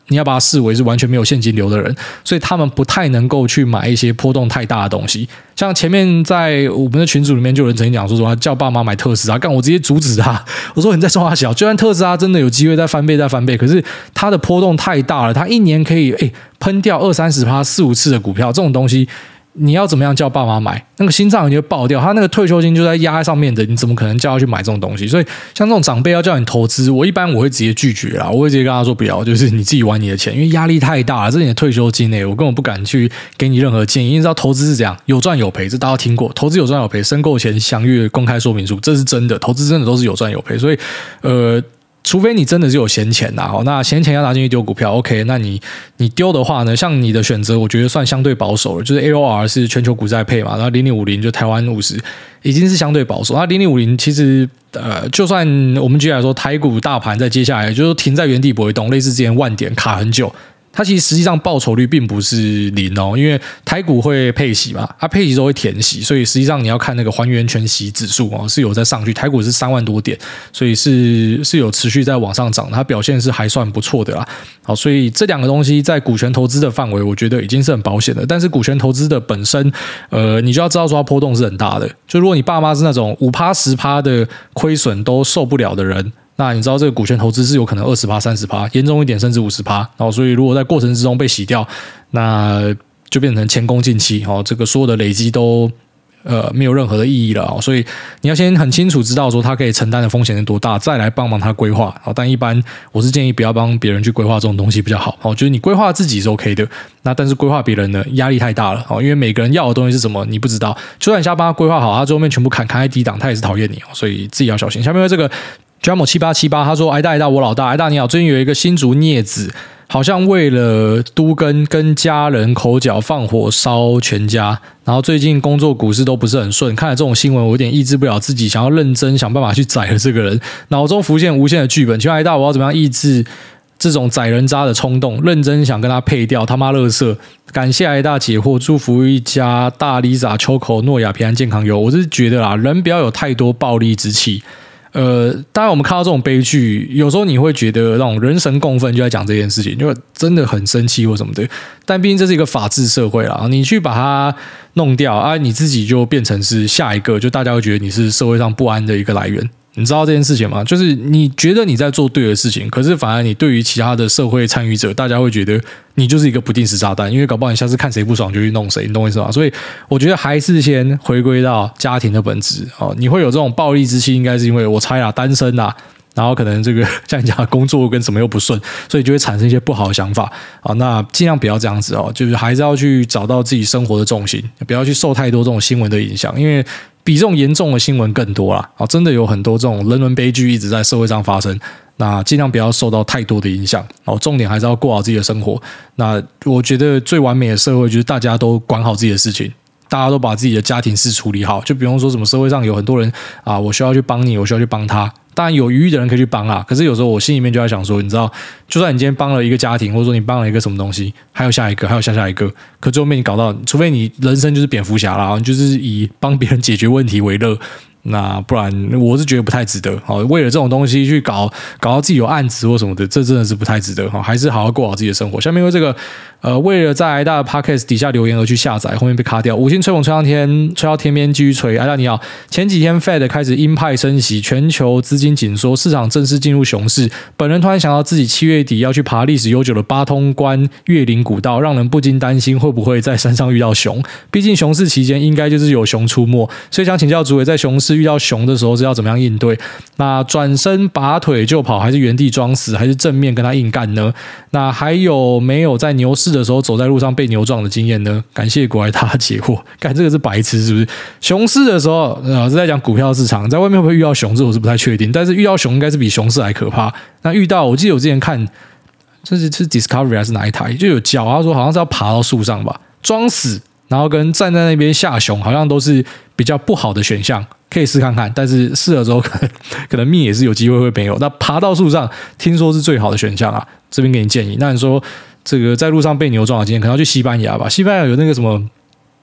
你要把它视为是完全没有现金流的人，所以他们不太能够去买一些波动太大的东西。像前面在我们的群组里面就有人曾经讲说什么叫爸妈买特斯拉，干我直接阻止他，我说你在冲他小，就算特斯拉真的有机会再翻倍再翻倍，可是它的波动太大了，它一年可以诶喷掉二三十趴四五次的股票，这种东西你要怎么样叫爸妈买？那个心脏已经会爆掉，他那个退休金就在压在上面的，你怎么可能叫他去买这种东西？所以像这种长辈要叫你投资，我一般我会直接拒绝啦，我会直接跟他说不要，就是你自己玩你的钱，因为压力太大了，这是你的退休金诶，我根本不敢去给你任何建议。你知道投资是这样，有赚有赔，这大家听过，投资有赚有赔，申购前详阅公开说明书，这是真的，投资真的都是有赚有赔，所以呃。除非你真的是有闲钱呐，那闲钱要拿进去丢股票 ，OK？ 那你你丢的话呢，像你的选择，我觉得算相对保守了，就是 A O R 是全球股债配嘛，然后零零五零就台湾五十，已经是相对保守。那零零五零其实呃，就算我们举例来说，台股大盘在接下来就是停在原地不会动，类似之前万点卡很久。它其实实际上报酬率并不是零哦，因为台股会配息嘛，它、啊、配息之后会填息，所以实际上你要看那个还原权息指数哦，是有在上去，台股是三万多点，所以是是有持续在往上涨，它表现是还算不错的啦。好，所以这两个东西在股权投资的范围，我觉得已经是很保险的。但是股权投资的本身，呃，你就要知道说它波动是很大的。就如果你爸妈是那种五趴十趴的亏损都受不了的人。那你知道这个股权投资是有可能 百分之二十、三十， 严重一点甚至 百分之五十， 然后所以如果在过程之中被洗掉，那就变成前功尽弃，这个所有的累积都呃没有任何的意义了，所以你要先很清楚知道说他可以承担的风险是多大，再来帮忙他规划。但一般我是建议不要帮别人去规划这种东西比较好，就是你规划自己是 OK 的，那但是规划别人呢压力太大了，因为每个人要的东西是什么你不知道，就算你想帮他规划好，他最后面全部砍砍在低档，他也是讨厌你，所以自己要小心。下面这个Jamo 七八七八他说：“挨大挨大，我老大，挨大你好。最近有一个新竹孽子，好像为了都跟跟家人口角放火烧全家，然后最近工作股市都不是很顺。看了这种新闻，我有点抑制不了自己，想要认真想办法去宰了这个人，脑中浮现无限的剧本。请问挨大，我要怎么样抑制这种宰人渣的冲动？认真想跟他配掉，他妈垃圾！感谢挨大解惑，祝福一家大 Lisa、秋口、诺亚平安健康哟。我是觉得啦，人不要有太多暴力之气。”呃，当然我们看到这种悲剧，有时候你会觉得那种人神共愤，就在讲这件事情，就真的很生气或什么的。但毕竟这是一个法治社会啦，你去把它弄掉啊，你自己就变成是下一个，就大家会觉得你是社会上不安的一个来源。你知道这件事情吗？就是你觉得你在做对的事情，可是反而你对于其他的社会参与者，大家会觉得你就是一个不定时炸弹，因为搞不好你下次看谁不爽就去弄谁，你懂我意思吗？所以我觉得还是先回归到家庭的本质哦。你会有这种暴力之气，应该是因为我猜啦，单身啦。然后可能这个像你讲的工作跟什么又不顺，所以就会产生一些不好的想法啊。那尽量不要这样子哦，就是还是要去找到自己生活的重心，不要去受太多这种新闻的影响，因为比这种严重的新闻更多啦。啊，真的有很多这种人伦悲剧一直在社会上发生。那尽量不要受到太多的影响哦，重点还是要过好自己的生活。那我觉得最完美的社会就是大家都管好自己的事情。大家都把自己的家庭事处理好，就比方说什么社会上有很多人啊，我需要去帮你，我需要去帮他。当然有余裕的人可以去帮啊，可是有时候我心里面就在想说，你知道，就算你今天帮了一个家庭，或者说你帮了一个什么东西，还有下一个，还有下下一个，可最后面你搞到，除非你人生就是蝙蝠侠啦，你就是以帮别人解决问题为乐。那不然我是觉得不太值得，为了这种东西去搞搞到自己有案子或什么的，这真的是不太值得，还是好好过好自己的生活。下面因为这个呃，为了在挨大的 Podcast 底下留言而去下载，后面被卡掉。五星吹捧吹上天，吹到天边继续吹。挨大你好，前几天 Fed 开始鹰派升息，全球资金紧缩，市场正式进入熊市。本人突然想到自己七月底要去爬历史悠久的八通关越岭古道，让人不禁担心会不会在山上遇到熊。毕竟熊市期间应该就是有熊出没，所以想请教主委，在熊市遇到熊的时候是要怎么样应对？那转身拔腿就跑，还是原地装死，还是正面跟他硬干呢？那还有没有在牛市的时候走在路上被牛撞的经验呢？感谢国外大解惑。干这个是白痴是不是？熊市的时候，呃，是在讲股票市场，在外面会不会遇到熊市我是不太确定，但是遇到熊应该是比熊市还可怕。那遇到，我记得我之前看，这是是 Discovery 还是哪一台，就有教他说好像是要爬到树上吧，装死。然后跟站在那边吓熊好像都是比较不好的选项，可以试看看，但是试了之后可能可能命也是有机会会没有。那爬到树上听说是最好的选项啊，这边给你建议。那你说这个在路上被牛撞的经验，可能要去西班牙吧？西班牙有那个什么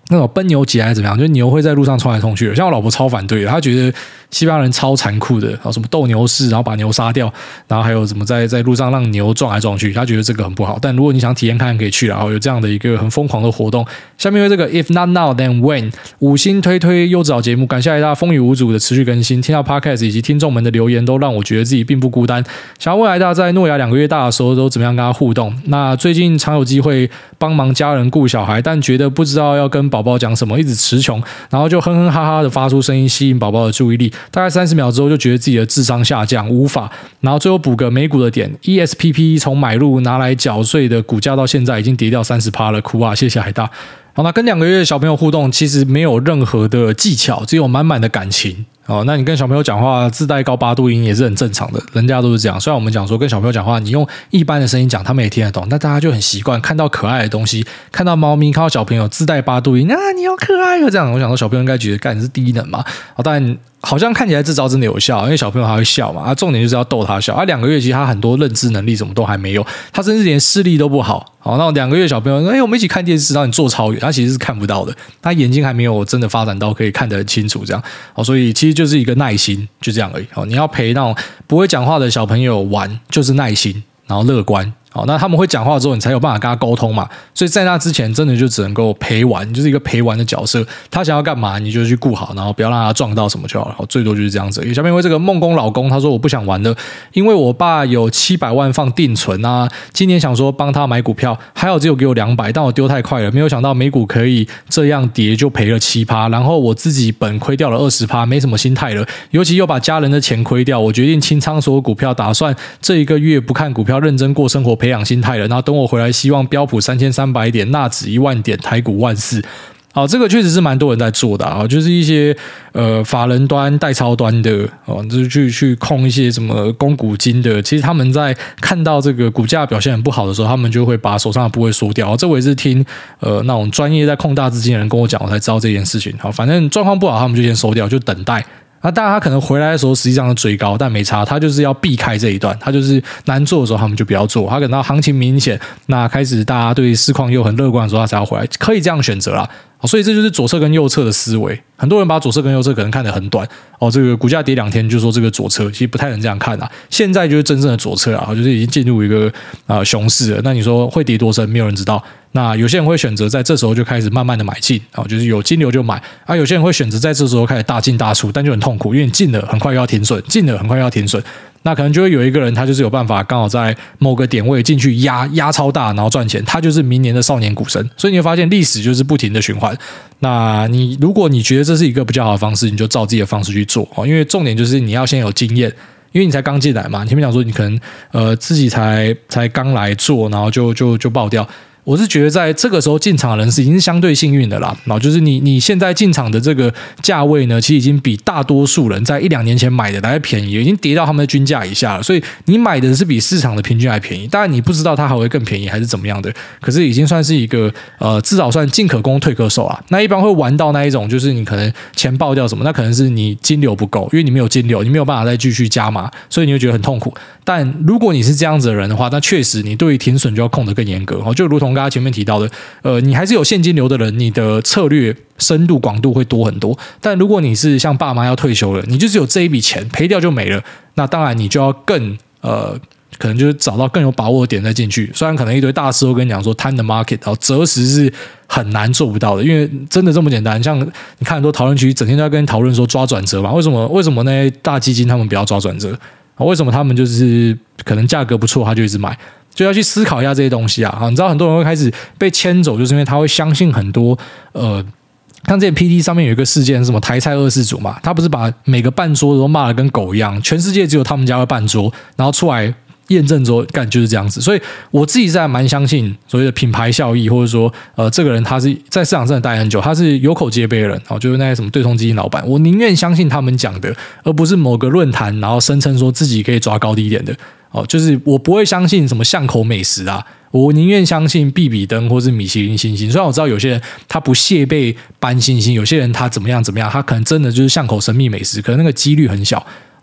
那种奔牛节还是怎么样，就是牛会在路上冲来冲去的。像我老婆超反对的，她觉得西班牙人超残酷的，然后什么斗牛士，然后把牛杀掉，然后还有什么在在路上让牛撞来撞去，她觉得这个很不好。但如果你想体验看看，可以去啦，然后有这样的一个很疯狂的活动。下面有这个 If not now then when 五星推推优质好节目，感谢大家风雨无阻的持续更新，听到 Podcast 以及听众们的留言都让我觉得自己并不孤单。想要问大家在诺亚两个月大的时候都怎么样跟他互动？那最近常有机会帮忙家人顾小孩，但觉得不知道要跟宝宝讲什么，一直词穷，然后就哼哼哈哈的发出声音吸引宝宝的注意力，大概三十秒之后就觉得自己的智商下降，无法，然后最后补个美股的点 E S P P 从买入拿来缴税的股价到现在已经跌掉 百分之三十 了，哭啊，谢谢海大。好，那跟两个月的小朋友互动其实没有任何的技巧，只有满满的感情。哦，那你跟小朋友讲话自带高八度音也是很正常的，人家都是这样。虽然我们讲说跟小朋友讲话，你用一般的声音讲，他们也听得懂，但大家就很习惯看到可爱的东西，看到猫咪，看到小朋友自带八度音啊，你好可爱哦，这样。我想说小朋友应该觉得干你是低能嘛，哦，但好像看起来这招真的有效，因为小朋友还会笑嘛，啊，重点就是要逗他笑。啊，两个月其实他很多认知能力什么都还没有，他甚至连视力都不好。好，那两个月小朋友说，哎，我们一起看电视，然后你坐超远，他其实是看不到的，他眼睛还没有真的发展到可以看得很清楚这样。好，所以其实就是一个耐心，就这样而已。好，你要陪那种不会讲话的小朋友玩，就是耐心，然后乐观。好，那他们会讲话之后，你才有办法跟他沟通嘛。所以在那之前，真的就只能够陪玩，就是一个陪玩的角色。他想要干嘛，你就去顾好，然后不要让他撞到什么就好了。好，最多就是这样子。因为下面因为这个梦工老公，他说我不想玩了，因为我爸有七百万放定存啊，今年想说帮他买股票，还好只有给我两百，但我丢太快了，没有想到美股可以这样跌就赔了 百分之七， 然后我自己本亏掉了 百分之二十， 没什么心态了，尤其又把家人的钱亏掉，我决定清仓所有股票，打算这一个月不看股票，认真过生活，培养心态了。然后等我回来，希望标普三千三百点，纳指一万点，台股万四。好，这个确实是蛮多人在做的啊，就是一些呃法人端、代操端的哦，就是去去控一些什么公股金的。其实他们在看到这个股价表现很不好的时候，他们就会把手上的部位缩掉。这我也是听呃那种专业在控大资金的人跟我讲，我才知道这件事情。好，反正状况不好，他们就先收掉，就等待。那当然，他可能回来的时候实际上是追高，但没差，他就是要避开这一段，他就是难做的时候他们就不要做，他等到行情明显，那开始大家对市况又很乐观的时候，他才要回来，可以这样选择啦。所以这就是左侧跟右侧的思维，很多人把左侧跟右侧可能看得很短哦，这个股价跌两天就说这个左侧，其实不太能这样看啊。现在就是真正的左侧啊，就是已经进入一个呃熊市了。那你说会跌多深，没有人知道。那有些人会选择在这时候就开始慢慢的买进啊，就是有金流就买啊。有些人会选择在这时候开始大进大出，但就很痛苦，因为你进了很快又要停损，进了很快又要停损。那可能就会有一个人，他就是有办法刚好在某个点位进去压压超大，然后赚钱，他就是明年的少年股神。所以你会发现历史就是不停的循环。那你如果你觉得这是一个比较好的方式，你就照自己的方式去做，因为重点就是你要先有经验。因为你才刚进来嘛，你前面讲说你可能呃自己才才刚来做，然后就就就爆掉。我是觉得在这个时候进场的人是已经是相对幸运的啦，然后就是你你现在进场的这个价位呢，其实已经比大多数人在一两年前买的来便宜，已经跌到他们的均价以下了，所以你买的是比市场的平均还便宜。当然你不知道它还会更便宜还是怎么样的，可是已经算是一个呃至少算进可攻退可守啊。那一般会玩到那一种，就是你可能钱爆掉什么，那可能是你金流不够，因为你没有金流，你没有办法再继续加码，所以你会觉得很痛苦。但如果你是这样子的人的话，那确实你对于停损就要控得更严格，就如同刚才前面提到的，呃，你还是有现金流的人，你的策略深度广度会多很多。但如果你是像爸妈要退休了，你就只有这一笔钱，赔掉就没了，那当然你就要更呃，可能就是找到更有把握的点再进去。虽然可能一堆大师都跟你讲说 time the market， 然后择时是很难做不到的，因为真的这么简单。像你看很多讨论区整天都在跟你讨论说抓转折嘛，为什么为什么那些大基金他们不要抓转折？为什么他们就是可能价格不错他就一直买？就要去思考一下这些东西啊！你知道很多人会开始被牵走，就是因为他会相信很多呃，像之前 P D 上面有一个事件，什么台菜二世祖嘛，他不是把每个办桌都骂得跟狗一样，全世界只有他们家会办桌，然后出来验证之后，干就是这样子。所以我自己是还蛮相信所谓的品牌效益，或者说呃，这个人他是在市场真的待很久，他是有口皆碑的人，哦，就是那些什么对冲基金老板，我宁愿相信他们讲的，而不是某个论坛然后声称说自己可以抓高低点的。哦，就是我不会相信什么巷口美食啊，我宁愿相信必比登或是米其林星星。虽然我知道有些人他不屑被颁星星，有些人他怎么样怎么样，他可能真的就是巷口神秘美食，可能那个几率很小。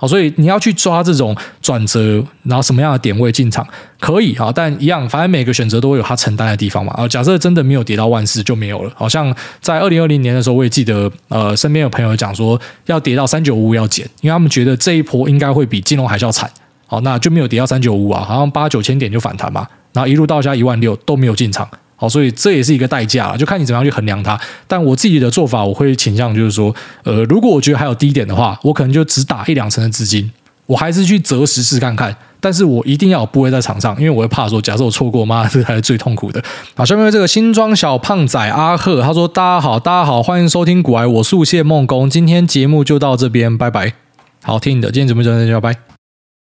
好，所以你要去抓这种转折，然后什么样的点位进场可以啊，但一样，反正每个选择都会有它承担的地方嘛。啊，假设真的没有跌到万四就没有了。好像在二零二零年的时候，我也记得，呃，身边有朋友讲说要跌到三九五五要减，因为他们觉得这一波应该会比金融海啸惨。好，那就没有跌到三九五啊，好像八九千点就反弹嘛，然后一路到下一万六都没有进场。好，所以这也是一个代价啦，就看你怎么样去衡量它。但我自己的做法，我会倾向就是说，呃，如果我觉得还有低点的话，我可能就只打一两成的资金，我还是去择时试看看。但是我一定要有部位在场上，因为我会怕说，假设我错过，妈，这才是最痛苦的。好，下面这个新庄小胖仔阿赫，他说：“大家好，大家好，欢迎收听股癌，我速谢梦工，今天节目就到这边，拜拜。”好，听你的，今天节目就到这边，拜拜。